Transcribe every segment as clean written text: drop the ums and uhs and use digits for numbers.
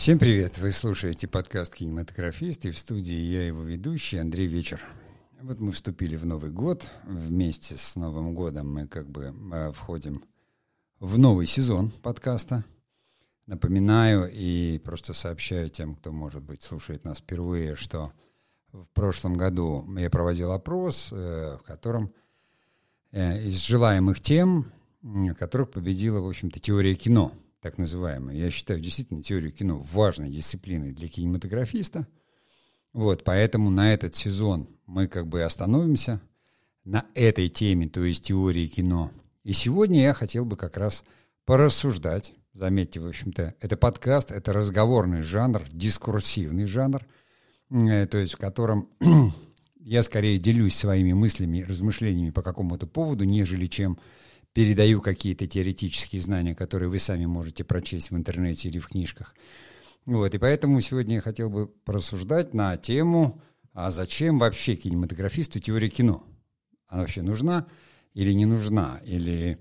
Всем привет! Вы слушаете подкаст «Кинематографист», и в студии я, его ведущий, Андрей Вечер. Вот мы вступили в Новый год. Вместе с Новым годом мы входим в новый сезон подкаста. Напоминаю и просто сообщаю тем, кто, может быть, слушает нас впервые, что в прошлом году я проводил опрос, в котором из желаемых тем, в которых победила, в общем-то, теория кино, так называемая. Я считаю действительно теорию кино важной дисциплиной для кинематографиста. Вот, поэтому на этот сезон мы остановимся на этой теме, то есть теории кино. И сегодня я хотел бы как раз порассуждать. Заметьте, в общем-то, это подкаст, это разговорный жанр, дискурсивный жанр, то есть в котором я скорее делюсь своими мыслями, размышлениями по какому-то поводу, нежели чем передаю какие-то теоретические знания, которые вы сами можете прочесть в интернете или в книжках. Вот, и поэтому сегодня я хотел бы порассуждать на тему, а зачем вообще кинематографисту теория кино? Она вообще нужна или не нужна? Или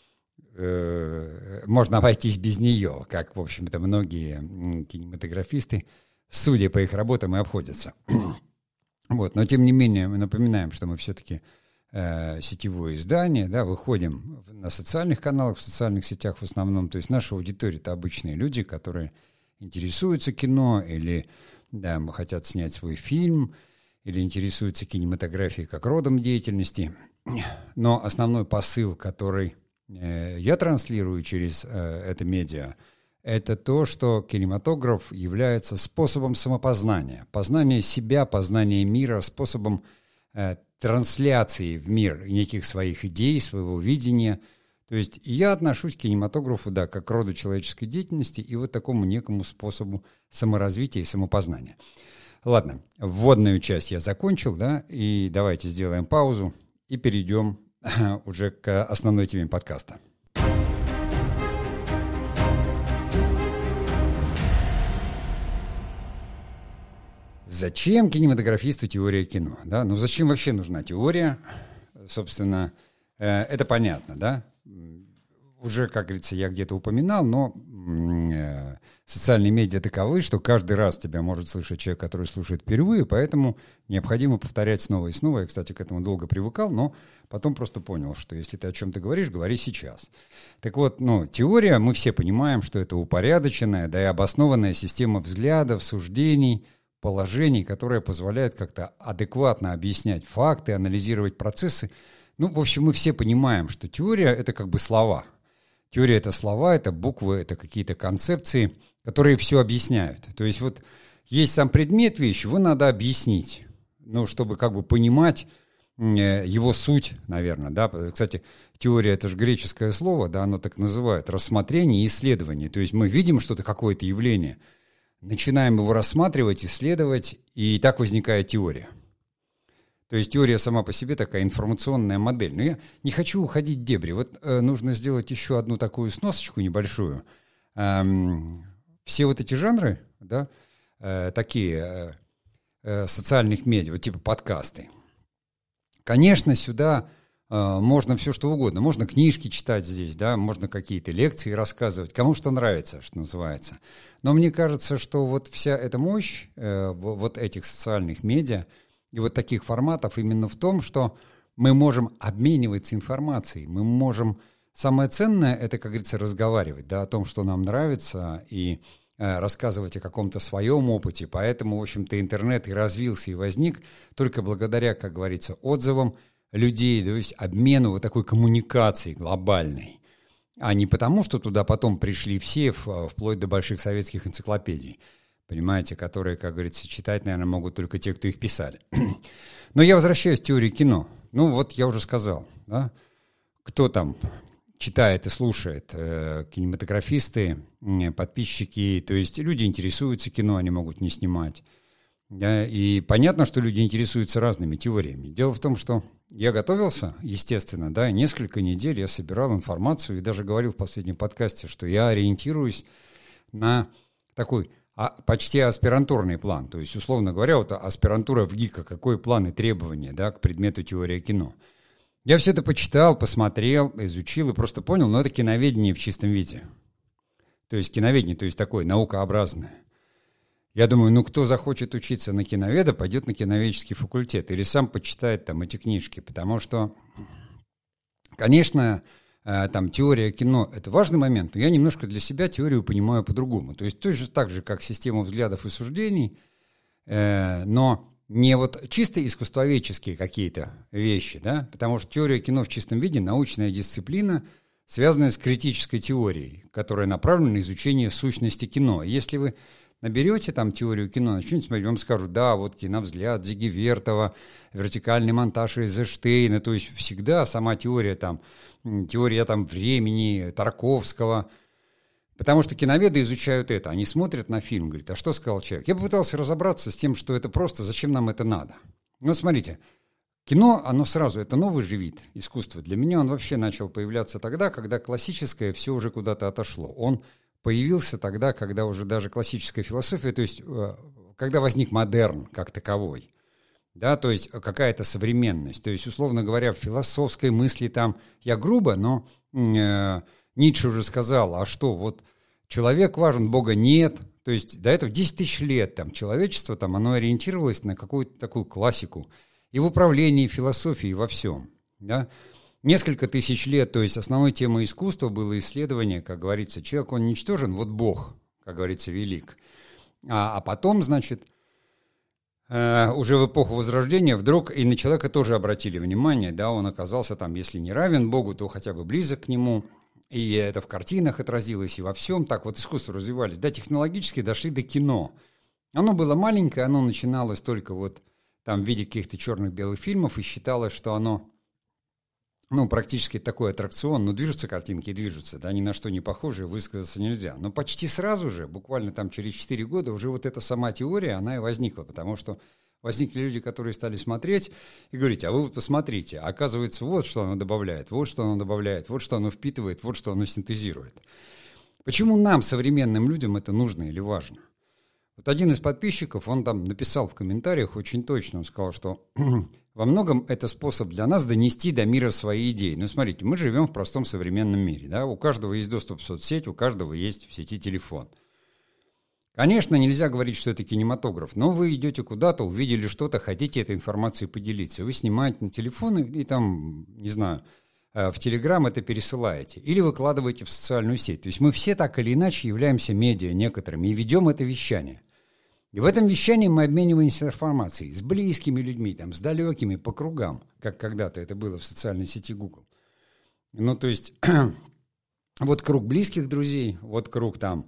можно обойтись без нее, как, в общем-то, многие кинематографисты, судя по их работам, и обходятся. Вот, но, тем не менее, мы напоминаем, что мы все-таки сетевое издание, да, выходим на социальных каналах, в социальных сетях в основном. То есть наша аудитория — это обычные люди, которые интересуются кино или хотят снять свой фильм, или интересуются кинематографией как родом деятельности. Но основной посыл, который я транслирую через это медиа, это то, что кинематограф является способом самопознания, познания себя, познания мира, способом трансляции в мир неких своих идей, своего видения. То есть я отношусь к кинематографу, да, как к роду человеческой деятельности и вот такому некому способу саморазвития и самопознания. Ладно, вводную часть я закончил, да, и давайте сделаем паузу и перейдем уже к основной теме подкаста. Зачем кинематографисту теория кино? Да? Ну, зачем вообще нужна теория? Собственно, это понятно, да? Уже, как говорится, я где-то упоминал, но социальные медиа таковы, что каждый раз тебя может слышать человек, который слушает впервые, поэтому необходимо повторять снова и снова. Я, кстати, к этому долго привыкал, но потом просто понял, что если ты о чем-то говоришь, говори сейчас. Так вот, теория, мы все понимаем, что это упорядоченная, да и обоснованная система взглядов, суждений, положений, которое позволяет как-то адекватно объяснять факты, анализировать процессы. В общем, мы все понимаем, что теория — это слова. Теория — это слова, это буквы, это какие-то концепции, которые все объясняют. То есть вот есть сам предмет вещи, его надо объяснить, чтобы понимать его суть, наверное, да. Кстати, теория — это же греческое слово, да, оно так называют, рассмотрение и исследование. То есть мы видим что-то, какое-то явление, начинаем его рассматривать, исследовать, и так возникает теория. То есть теория сама по себе такая информационная модель. Но я не хочу уходить в дебри. Вот нужно сделать еще одну такую сносочку небольшую. Все вот эти жанры, да, такие социальных медиа, вот типа подкасты. Конечно, сюда можно все что угодно. Можно книжки читать здесь, да, можно какие-то лекции рассказывать. Кому что нравится, что называется. Но мне кажется, что вот вся эта мощь вот этих социальных медиа и вот таких форматов именно в том, что мы можем обмениваться информацией. Мы можем... Самое ценное — это, как говорится, разговаривать, да, о том, что нам нравится, и рассказывать о каком-то своем опыте. Поэтому, в общем-то, интернет и развился, и возник только благодаря, как говорится, отзывам людей, то есть обмену вот такой коммуникации глобальной, а не потому, что туда потом пришли все, вплоть до больших советских энциклопедий, понимаете, которые, как говорится, читать, наверное, могут только те, кто их писали. Но я возвращаюсь к теории кино. Вот я уже сказал, да, кто там читает и слушает, кинематографисты, подписчики, то есть люди интересуются кино, они могут не снимать. Да, и понятно, что люди интересуются разными теориями. Дело в том, что я готовился, естественно, да, несколько недель я собирал информацию и даже говорил в последнем подкасте, что я ориентируюсь на такой почти аспирантурный план. То есть, условно говоря, вот аспирантура в ГИКа, какой план и требования, да, к предмету теория кино. Я все это почитал, посмотрел, изучил и просто понял, это киноведение в чистом виде. То есть киноведение, то есть такое наукообразное. Я думаю, ну кто захочет учиться на киноведа, пойдет на киноведческий факультет или сам почитает там эти книжки, потому что, конечно, там теория кино — это важный момент, но я немножко для себя теорию понимаю по-другому. То есть точно так же, как систему взглядов и суждений, но не вот чисто искусствоведческие какие-то вещи, да, потому что теория кино в чистом виде — научная дисциплина, связанная с критической теорией, которая направлена на изучение сущности кино. Если вы наберете там теорию кино, начнете смотреть, вам скажут, да, вот киновзгляд Зигевертова, вертикальный монтаж Эйзенштейна, то есть всегда сама теория там времени, Тарковского. Потому что киноведы изучают это, они смотрят на фильм, говорят, а что сказал человек? Я попытался разобраться с тем, что это просто, зачем нам это надо. Ну, смотрите, кино, оно сразу, это новый же вид искусства. Для меня он вообще начал появляться тогда, когда классическое все уже куда-то отошло. Он появился тогда, когда уже даже классическая философия, то есть когда возник модерн как таковой, да, то есть какая-то современность. То есть, условно говоря, в философской мысли там, я грубо, но Ницше уже сказал, а что, вот человек важен, Бога нет. То есть до этого 10 тысяч лет там, человечество, там, оно ориентировалось на какую-то такую классику и в управлении, и в философии, и во всем, да. Несколько тысяч лет, то есть основной темой искусства было исследование, как говорится, человек, он ничтожен, вот Бог, как говорится, велик. А потом, значит, уже в эпоху Возрождения вдруг и на человека тоже обратили внимание, да, он оказался там, если не равен Богу, то хотя бы близок к нему, и это в картинах отразилось, и во всем, так вот искусство развивались, да, технологически дошли до кино. Оно было маленькое, оно начиналось только вот там в виде каких-то черных-белых фильмов, и считалось, что оно, ну, практически такой аттракцион, но движутся картинки и движутся, да, ни на что не похожие, высказаться нельзя. Но почти сразу же, буквально там через 4 года, уже вот эта сама теория, она и возникла, потому что возникли люди, которые стали смотреть и говорить, а вы вот посмотрите, оказывается, вот что оно добавляет, вот что оно добавляет, вот что оно впитывает, вот что оно синтезирует. Почему нам, современным людям, это нужно или важно? Вот один из подписчиков, он там написал в комментариях очень точно, он сказал, что во многом это способ для нас донести до мира свои идеи. Ну, смотрите, мы живем в простом современном мире, да, у каждого есть доступ в соцсеть, у каждого есть в сети телефон. Конечно, нельзя говорить, что это кинематограф, но вы идете куда-то, увидели что-то, хотите этой информацией поделиться. Вы снимаете на телефон и там, не знаю, в Телеграм это пересылаете или выкладываете в социальную сеть. То есть мы все так или иначе являемся медиа некоторыми и ведем это вещание. И в этом вещании мы обмениваемся информацией с близкими людьми, там, с далекими, по кругам, как когда-то это было в социальной сети Google. Ну, то есть вот круг близких друзей, вот круг там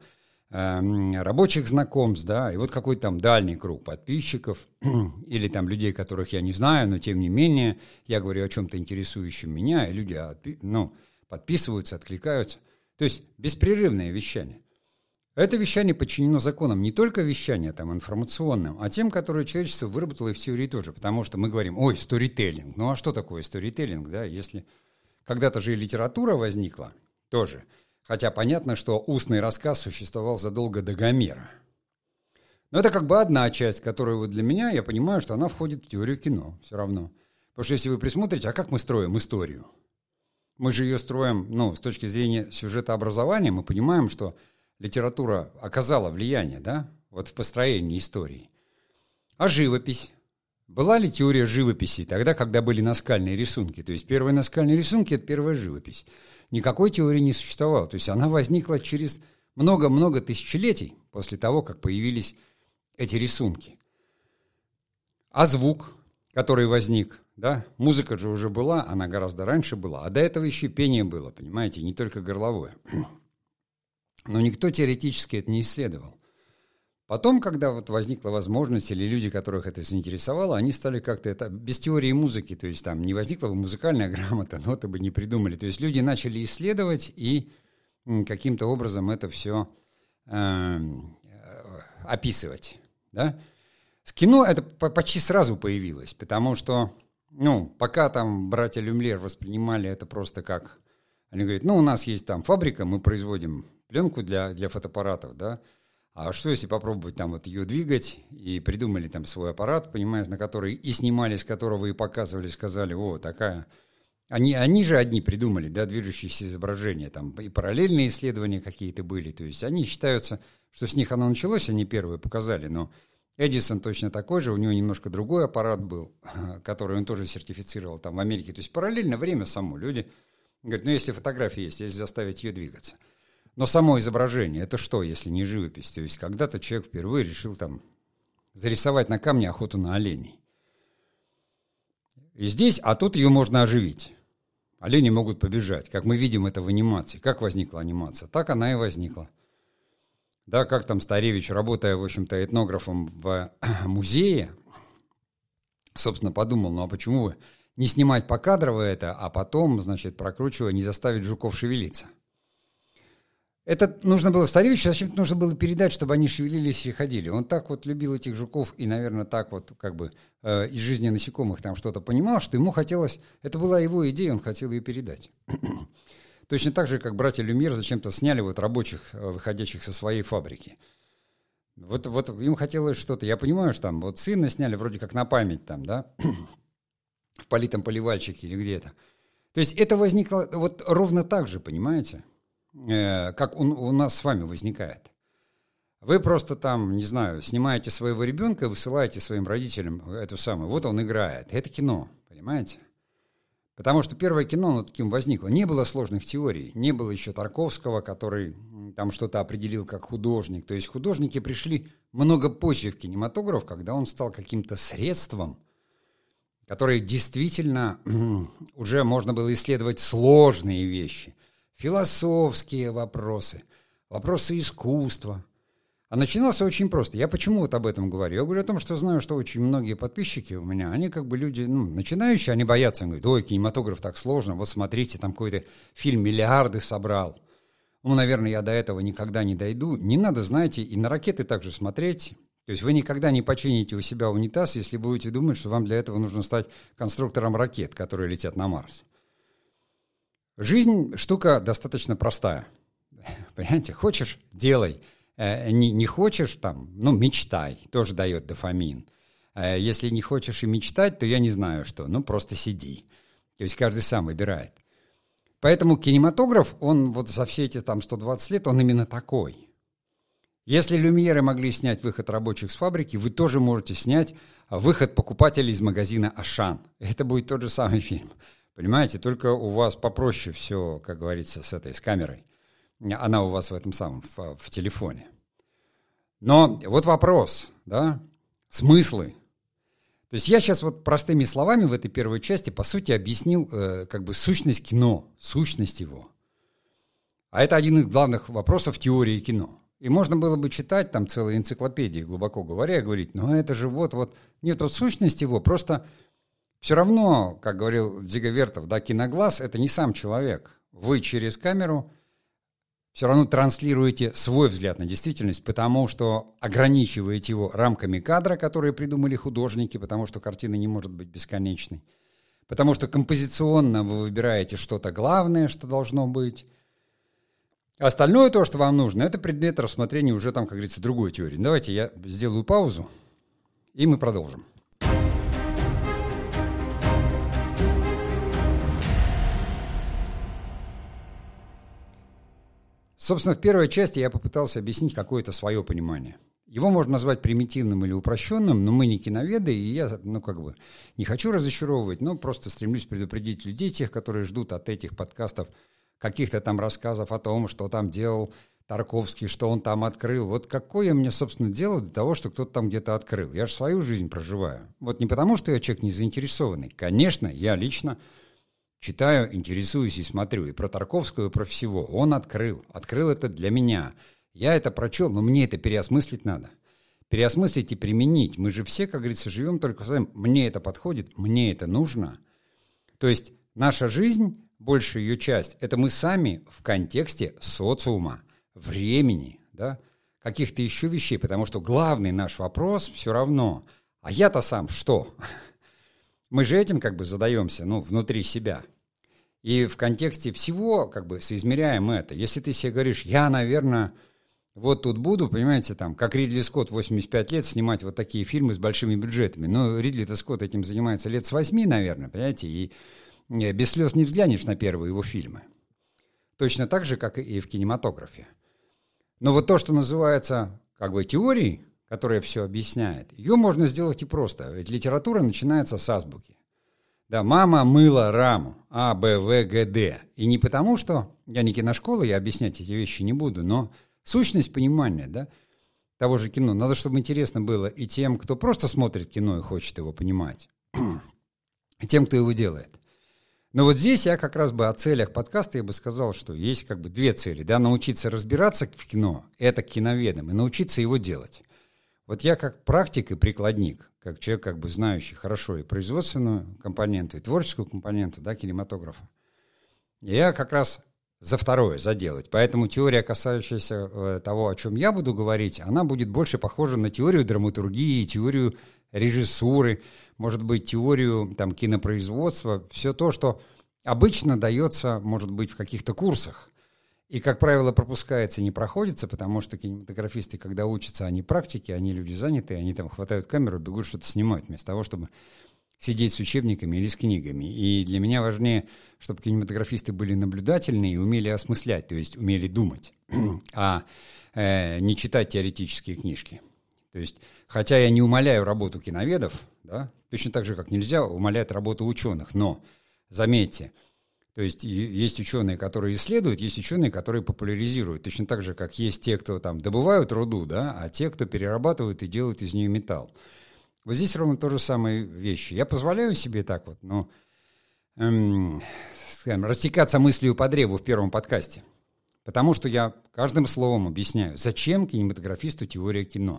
рабочих знакомств, да, и вот какой-то там дальний круг подписчиков или там людей, которых я не знаю, но тем не менее я говорю о чем-то интересующем меня, и люди подписываются, откликаются. То есть беспрерывное вещание. Это вещание подчинено законам, не только вещания там информационным, а тем, которые человечество выработало и в теории тоже, потому что мы говорим, ой, сторителлинг. Ну а что такое сторителлинг, да, если когда-то же и литература возникла тоже. Хотя понятно, что устный рассказ существовал задолго до Гомера. Но это как бы одна часть, которая вот для меня, я понимаю, что она входит в теорию кино все равно. Потому что если вы присмотрите, а как мы строим историю? Мы же ее строим, ну, с точки зрения сюжета образования, мы понимаем, что литература оказала влияние, да, вот в построении истории. А живопись? Была ли теория живописи тогда, когда были наскальные рисунки? То есть первые наскальные рисунки – это первая живопись. Никакой теории не существовало. То есть она возникла через много-много тысячелетий после того, как появились эти рисунки. А звук, который возник, да, музыка же уже была, она гораздо раньше была, а до этого еще пение было, понимаете, не только горловое. Но никто теоретически это не исследовал. Потом, когда вот возникла возможность, или люди, которых это заинтересовало, они стали как-то это без теории музыки, то есть там не возникла бы музыкальная грамота, ноты бы не придумали. То есть люди начали исследовать и каким-то образом это все описывать. Да? С кино это почти сразу появилось, потому что, ну, пока там братья Люмьер воспринимали это просто как, они говорят, ну, у нас есть там фабрика, мы производим пленку для фотоаппаратов, да, а что если попробовать там вот ее двигать, и придумали там свой аппарат, понимаешь, на который и снимали, с которого и показывали, сказали, о, такая Они же одни придумали, да, движущиеся изображения, там и параллельные исследования какие-то были, то есть они считаются, что с них оно началось, они первые показали, но Эдисон точно такой же, у него немножко другой аппарат был, который он тоже сертифицировал там в Америке, то есть параллельно время само, люди говорят, ну если фотография есть, если заставить ее двигаться. Но само изображение, это что, если не живопись? То есть когда-то человек впервые решил там зарисовать на камне охоту на оленей. И здесь, а тут ее можно оживить. Олени могут побежать, как мы видим это в анимации. Как возникла анимация? Так она и возникла. Да, как там Старевич, работая, в общем-то, этнографом в музее, собственно, подумал, ну а почему бы не снимать покадрово это, а потом, значит, прокручивая, не заставить жуков шевелиться? Это нужно было Старевичу, зачем-то нужно было передать, чтобы они шевелились и ходили. Он так вот любил этих жуков и, наверное, так вот как бы из жизни насекомых там что-то понимал, что ему хотелось, это была его идея, он хотел ее передать. Точно так же, как братья Люмьер зачем-то сняли вот рабочих, выходящих со своей фабрики. Вот им хотелось что-то. Я понимаю, что там вот сына сняли вроде как на память там, да, в политом поливальчике или где-то. То есть это возникло вот ровно так же, понимаете? Как у нас с вами возникает. Вы просто там, не знаю, снимаете своего ребенка и высылаете своим родителям эту самую. Вот он играет. Это кино, понимаете? Потому что первое кино, оно таким возникло. Не было сложных теорий. Не было еще Тарковского, который там что-то определил как художник. То есть художники пришли много позже в кинематограф, когда он стал каким-то средством, которое действительно уже можно было исследовать сложные вещи. Философские вопросы, вопросы искусства. А начиналось очень просто. Я почему вот об этом говорю? Я говорю о том, что знаю, что очень многие подписчики у меня, они как бы люди, начинающие, они боятся. Они говорят, ой, кинематограф так сложно, вот смотрите, там какой-то фильм миллиарды собрал. Ну, наверное, я до этого никогда не дойду. Не надо, знаете, и на ракеты также смотреть. То есть вы никогда не почините у себя унитаз, если будете думать, что вам для этого нужно стать конструктором ракет, которые летят на Марс. Жизнь штука достаточно простая. Понимаете, хочешь – делай. Не хочешь там, мечтай, тоже дает дофамин. Если не хочешь и мечтать, то я не знаю что, просто сиди. То есть каждый сам выбирает. Поэтому кинематограф, он вот за все эти там 120 лет, он именно такой. Если Люмьеры могли снять выход рабочих с фабрики, вы тоже можете снять выход покупателей из магазина «Ашан». Это будет тот же самый фильм. Понимаете, только у вас попроще все, как говорится, с камерой. Она у вас в этом самом, в телефоне. Но вот вопрос, да, смыслы. То есть я сейчас вот простыми словами в этой первой части, по сути, объяснил как бы сущность кино, сущность его. А это один из главных вопросов теории кино. И можно было бы читать там целые энциклопедии, глубоко говоря, и говорить, это же вот. Нет, вот сущность его просто... Все равно, как говорил Дзига Вертов, да, киноглаз – это не сам человек. Вы через камеру все равно транслируете свой взгляд на действительность, потому что ограничиваете его рамками кадра, которые придумали художники, потому что картина не может быть бесконечной, потому что композиционно вы выбираете что-то главное, что должно быть. Остальное то, что вам нужно, это предмет рассмотрения уже там, как говорится, другой теории. Давайте я сделаю паузу, и мы продолжим. Собственно, в первой части я попытался объяснить какое-то свое понимание. Его можно назвать примитивным или упрощенным, но мы не киноведы, и я, не хочу разочаровывать, но просто стремлюсь предупредить людей, тех, которые ждут от этих подкастов каких-то там рассказов о том, что там делал Тарковский, что он там открыл. Вот какое мне, собственно, дело до того, что кто-то там где-то открыл? Я же свою жизнь проживаю. Вот не потому, что я человек не заинтересованный. Конечно, я лично читаю, интересуюсь и смотрю. И про Тарковского, и про всего. Он открыл. Открыл это для меня. Я это прочел, но мне это переосмыслить надо. Переосмыслить и применить. Мы же все, как говорится, живем только своим. Мне это подходит, мне это нужно. То есть наша жизнь, большая ее часть, это мы сами в контексте социума, времени, да, каких-то еще вещей. Потому что главный наш вопрос все равно. А я-то сам что? Мы же этим задаемся, внутри себя. И в контексте всего соизмеряем это. Если ты себе говоришь, я, наверное, вот тут буду, понимаете, как Ридли Скотт 85 лет снимать вот такие фильмы с большими бюджетами. Но Ридли-то Скотт этим занимается лет с 8, наверное, понимаете, и без слез не взглянешь на первые его фильмы. Точно так же, как и в кинематографе. Но вот то, что называется как бы теорией, которая все объясняет, ее можно сделать и просто. Ведь литература начинается с азбуки. Да, мама мыла раму. А, Б, В, Г, Д. И не потому, что я не киношкола, я объяснять эти вещи не буду, но сущность понимания, да, того же кино. Надо, чтобы интересно было и тем, кто просто смотрит кино и хочет его понимать, и тем, кто его делает. Но вот здесь я как раз бы о целях подкаста я бы сказал, что есть как бы две цели. Да, научиться разбираться в кино, это к киноведам, и научиться его делать. Вот я как практик и прикладник, как человек, как бы знающий хорошо и производственную компоненту, и творческую компоненту, да, кинематографа, я как раз за второе, за делать. Поэтому теория, касающаяся того, о чем я буду говорить, она будет больше похожа на теорию драматургии, теорию режиссуры, может быть, теорию там, кинопроизводства, все то, что обычно дается, может быть, в каких-то курсах. И, как правило, пропускается и не проходится, потому что кинематографисты, когда учатся, они практики, они люди занятые, они там хватают камеру, бегут, что-то снимают, вместо того, чтобы сидеть с учебниками или с книгами. И для меня важнее, чтобы кинематографисты были наблюдательные и умели осмыслять, то есть умели думать, а не читать теоретические книжки. То есть, хотя я не умаляю работу киноведов, да, точно так же, как нельзя умалять работу ученых, но, заметьте, то есть есть ученые, которые исследуют, есть ученые, которые популяризируют, точно так же, как есть те, кто там добывают руду, да, а те, кто перерабатывают и делают из нее металл. Вот здесь ровно то же самое вещи. Я позволяю себе так вот, ну, скажем, растекаться мыслью по древу в первом подкасте, потому что я каждым словом объясняю, зачем кинематографисту теория кино.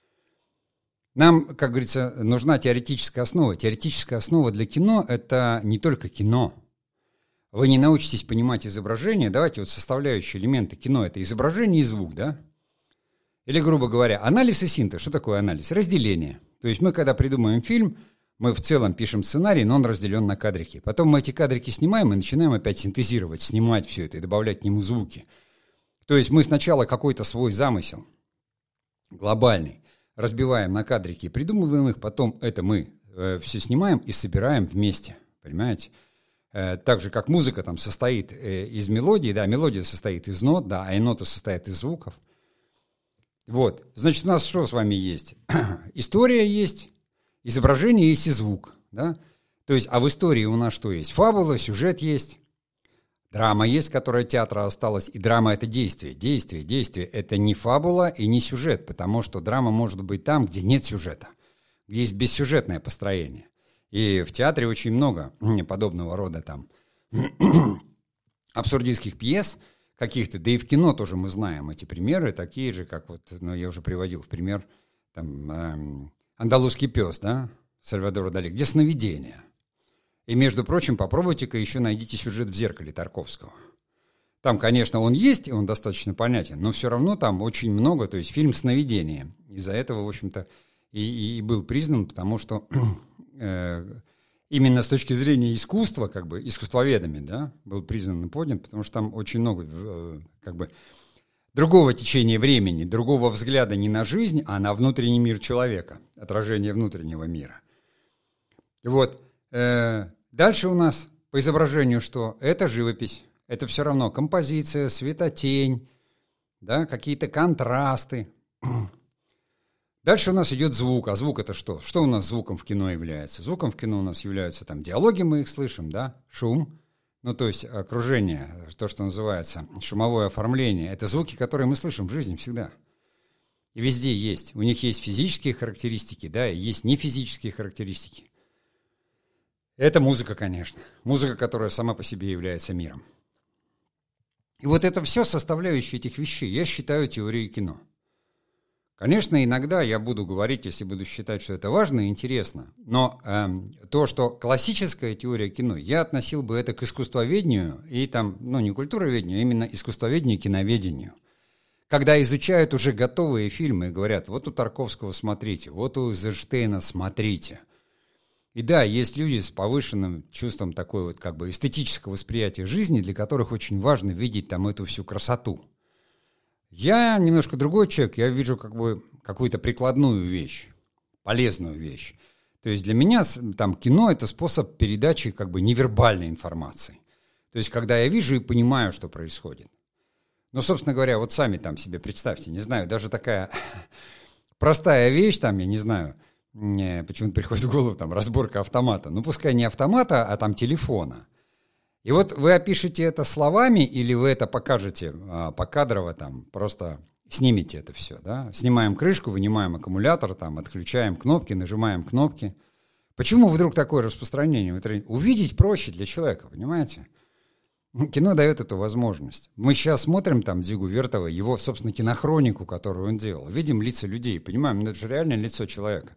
Нам, как говорится, нужна теоретическая основа. Теоретическая основа для кино – это не только кино. Вы не научитесь понимать изображение. Давайте вот составляющие элементы кино – это изображение и звук, да? Или, грубо говоря, анализ и синтез. Что такое анализ? Разделение. То есть мы, когда придумываем фильм, мы в целом пишем сценарий, но он разделен на кадрики. Потом мы эти кадрики снимаем и начинаем опять синтезировать, снимать все это и добавлять к нему звуки. То есть мы сначала какой-то свой замысел глобальный разбиваем на кадрики и придумываем их, потом это мы все снимаем и собираем вместе, понимаете? Так же, как музыка там состоит из мелодий, да, мелодия состоит из нот, да, а ноты состоят из звуков. Вот, значит, у нас что с вами есть? История есть, изображение есть и звук, да? То есть, а в истории у нас что есть? Фабула, сюжет есть, драма есть, которая театра осталась, и драма — это действие. Действие — это не фабула и не сюжет, потому что драма может быть там, где нет сюжета, где есть бессюжетное построение. И в театре очень много подобного рода там абсурдистских пьес каких-то, да и в кино тоже мы знаем эти примеры, такие же, как вот, ну, я уже приводил в пример, там, «Андалузский пес», да, Сальвадора Дали, где сновидение. И, между прочим, попробуйте-ка еще найдите сюжет в «Зеркале» Тарковского. Там, конечно, он есть, и он достаточно понятен, но все равно там очень много, то есть фильм «Сновидение». Из-за этого, в общем-то, и был признан, потому что именно с точки зрения искусства, как бы, искусствоведами, да, был признан и поднят, потому что там очень много, как бы, другого течения времени, другого взгляда не на жизнь, а на внутренний мир человека, отражение внутреннего мира. И вот дальше у нас по изображению что? Это живопись, это все равно композиция, светотень, да, какие-то контрасты. Дальше у нас идет звук. А звук — это что? Что у нас звуком в кино является? Звуком в кино у нас являются там диалоги, мы их слышим, да, шум, ну, то есть окружение, то, что называется шумовое оформление. Это звуки, которые мы слышим в жизни всегда. И везде есть. У них есть физические характеристики, да, и есть нефизические характеристики. Это музыка, конечно. Музыка, которая сама по себе является миром. И вот это все составляющие этих вещей я считаю теорией кино. Конечно, иногда я буду говорить, если буду считать, что это важно и интересно, но то, что классическая теория кино, я относил бы это к искусствоведению и там, ну, не культуроведению, а именно искусствоведению и киноведению. Когда изучают уже готовые фильмы и говорят, вот у Тарковского смотрите, вот у Эйзенштейна смотрите. И да, есть люди с повышенным чувством такой вот как бы эстетического восприятия жизни, для которых очень важно видеть там эту всю красоту. Я немножко другой человек, я вижу как бы какую-то прикладную вещь, полезную вещь. То есть для меня там кино — это способ передачи как бы невербальной информации. То есть когда я вижу и понимаю, что происходит. Ну, собственно говоря, вот сами там себе представьте, не знаю, даже такая простая вещь, там, я не знаю, почему-то приходит в голову там разборка автомата. Ну, пускай не автомата, а там телефона. И вот вы опишете это словами или вы это покажете покадрово, там, просто снимете это все, да? Снимаем крышку, вынимаем аккумулятор, там, отключаем кнопки, нажимаем кнопки. Почему вдруг такое распространение? Увидеть проще для человека, понимаете? Кино дает эту возможность. Мы сейчас смотрим там Дзигу Вертова, его, собственно, кинохронику, которую он делал. Видим лица людей, понимаем, это же реальное лицо человека.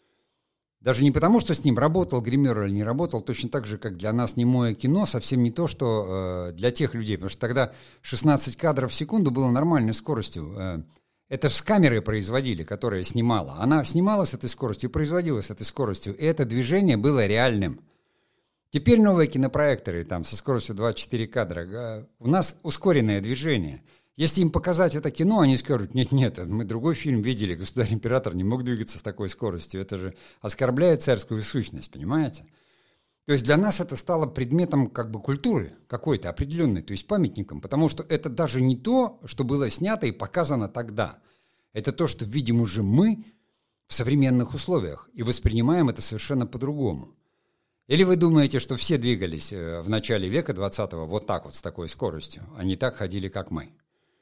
Даже не потому, что с ним работал гример или не работал, точно так же, как для нас немое кино, совсем не то, что для тех людей. Потому что тогда 16 кадров в секунду было нормальной скоростью. Это с камеры производили, которая снимала. Она снимала с этой скоростью, производила с этой скоростью. И это движение было реальным. Теперь новые кинопроекторы там со скоростью 24 кадра. У нас ускоренное движение. Если им показать это кино, они скажут: нет, мы другой фильм видели, «Государь-император» не мог двигаться с такой скоростью. Это же оскорбляет царскую сущность, понимаете? То есть для нас это стало предметом как бы культуры какой-то определенной, то есть памятником, потому что это даже не то, что было снято и показано тогда. Это то, что видим уже мы в современных условиях и воспринимаем это совершенно по-другому. Или вы думаете, что все двигались в начале века 20-го вот так вот, с такой скоростью, а не так ходили, как мы?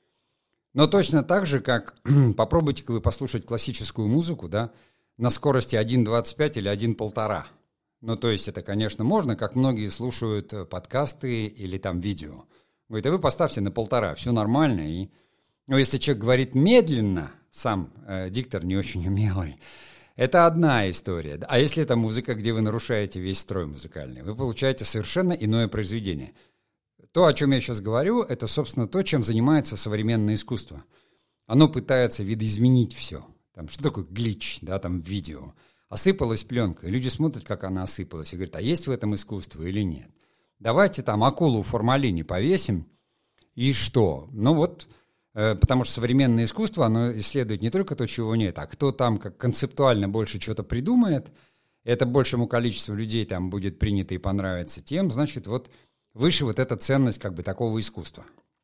Но точно так же, как попробуйте-ка вы послушать классическую музыку, да, на скорости 1.25 или 1.1,5. Ну, то есть это, конечно, можно, как многие слушают подкасты или там видео. Говорит, а вы поставьте на 1.5, все нормально. И, ну, если человек говорит медленно, сам диктор не очень умелый, это одна история. А если это музыка, где вы нарушаете весь строй музыкальный, вы получаете совершенно иное произведение. То, о чем я сейчас говорю, это, собственно, то, чем занимается современное искусство. Оно пытается видоизменить все. Там, что такое глич, да, там, в видео? Осыпалась пленка, и люди смотрят, как она осыпалась, и говорят, а есть в этом искусство или нет? Давайте там акулу в формалине повесим, и что? Ну вот... Потому что современное искусство, оно исследует не только то, чего нет, а кто там как концептуально больше что-то придумает, это большему количеству людей там будет принято и понравится, тем, значит, вот выше вот эта ценность как бы такого искусства.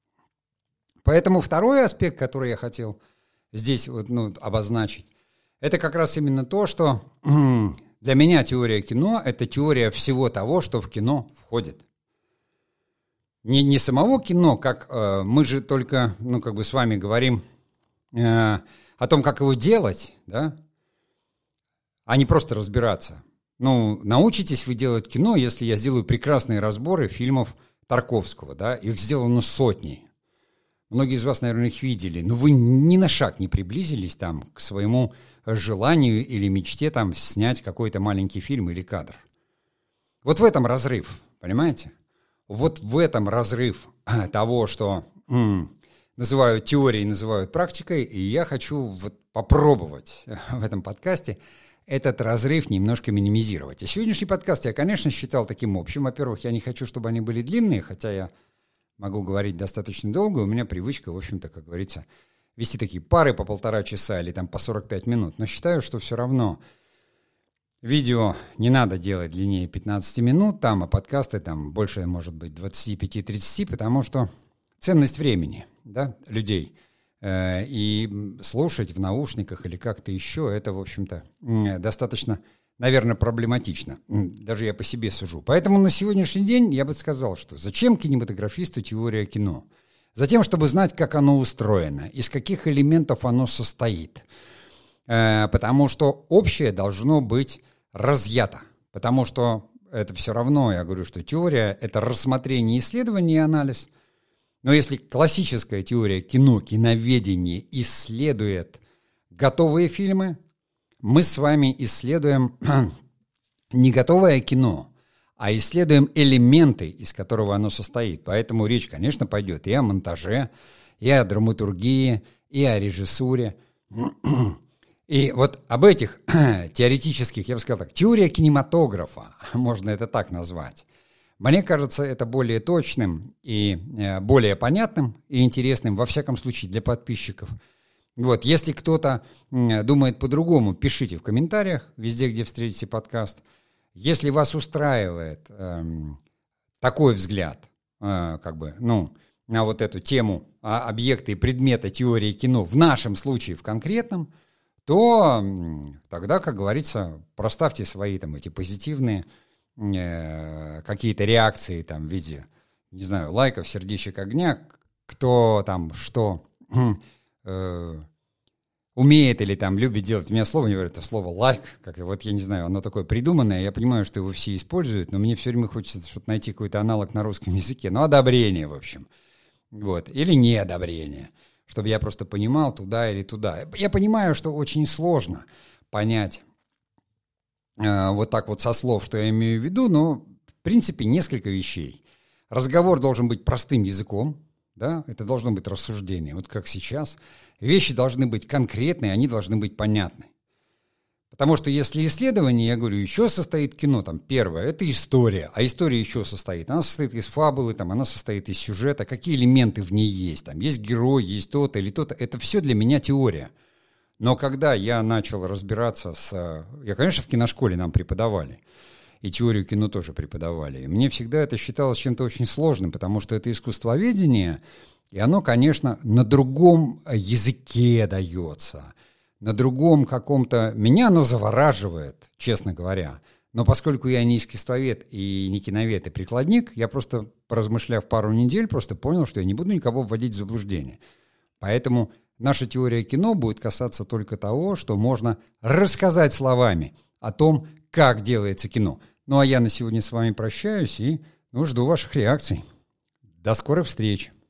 Поэтому второй аспект, который я хотел здесь вот, обозначить, это как раз именно то, что для меня теория кино — это теория всего того, что в кино входит. Не самого кино, как мы же только, как бы с вами говорим о том, как его делать, да, а не просто разбираться. Ну, научитесь вы делать кино, если я сделаю прекрасные разборы фильмов Тарковского, да, их сделано сотни. Многие из вас, наверное, их видели, но вы ни на шаг не приблизились там к своему желанию или мечте там снять какой-то маленький фильм или кадр. Вот в этом разрыв, понимаете? Вот в этом разрыв того, что называют теорией, называют практикой, и я хочу вот попробовать в этом подкасте этот разрыв немножко минимизировать. И сегодняшний подкаст я, конечно, считал таким общим. Во-первых, я не хочу, чтобы они были длинные, хотя я могу говорить достаточно долго. У меня привычка, в общем-то, как говорится, вести такие пары по 1,5 часа или там по 45 минут. Но считаю, что все равно... Видео не надо делать длиннее 15 минут, там, а подкасты там больше, может быть, 25-30, потому что ценность времени, да, людей. И слушать в наушниках или как-то еще, это, в общем-то, достаточно, наверное, проблематично. Даже я по себе сужу. Поэтому на сегодняшний день я бы сказал, что зачем кинематографисту теория кино? Затем, чтобы знать, как оно устроено, из каких элементов оно состоит. Потому что общее должно быть разъято, потому что это все равно, я говорю, что теория — это рассмотрение, исследование и анализ. Но если классическая теория кино, киноведение исследует готовые фильмы, мы с вами исследуем не готовое кино, а исследуем элементы, из которого оно состоит. Поэтому речь, конечно, пойдет и о монтаже, и о драматургии, и о режиссуре. И вот об этих теоретических, я бы сказал так, теория кинематографа, можно это так назвать, мне кажется, это более точным и более понятным и интересным, во всяком случае, для подписчиков Вот, если кто-то думает по-другому, пишите в комментариях, везде, где встретите подкаст. Если вас устраивает такой взгляд, на вот эту тему объекта и предмета теории кино, в нашем случае, в конкретном, то тогда, как говорится, проставьте свои там эти позитивные какие-то реакции там в виде, не знаю, лайков, сердечек, огня, кто там что умеет или там любит делать. У меня слово не говорят, это слово лайк, как вот я не знаю, оно такое придуманное, я понимаю, что его все используют, но мне все время хочется что-то найти какой-то аналог на русском языке, одобрение, в общем, вот, или неодобрение, чтобы я просто понимал, туда или туда. Я понимаю, что очень сложно понять вот так вот со слов, что я имею в виду, но, в принципе, несколько вещей. Разговор должен быть простым языком, да, это должно быть рассуждение, вот как сейчас. Вещи должны быть конкретные, они должны быть понятны. Потому что если исследование, я говорю, еще состоит кино, там, первое, это история, а история еще состоит. Она состоит из фабулы, там, она состоит из сюжета, какие элементы в ней есть. Там, есть герой, есть то-то или то-то. Это все для меня теория. Но когда я начал разбираться Я, конечно, в киношколе нам преподавали, и теорию кино тоже преподавали. И мне всегда это считалось чем-то очень сложным, потому что это искусствоведение, и оно, конечно, на другом языке дается, на другом каком-то... Меня оно завораживает, честно говоря. Но поскольку я не искусствовед и не киновед, и прикладник, я просто, поразмышляв пару недель, просто понял, что я не буду никого вводить в заблуждение. Поэтому наша теория кино будет касаться только того, что можно рассказать словами о том, как делается кино. Ну, а я на сегодня с вами прощаюсь и жду ваших реакций. До скорых встреч!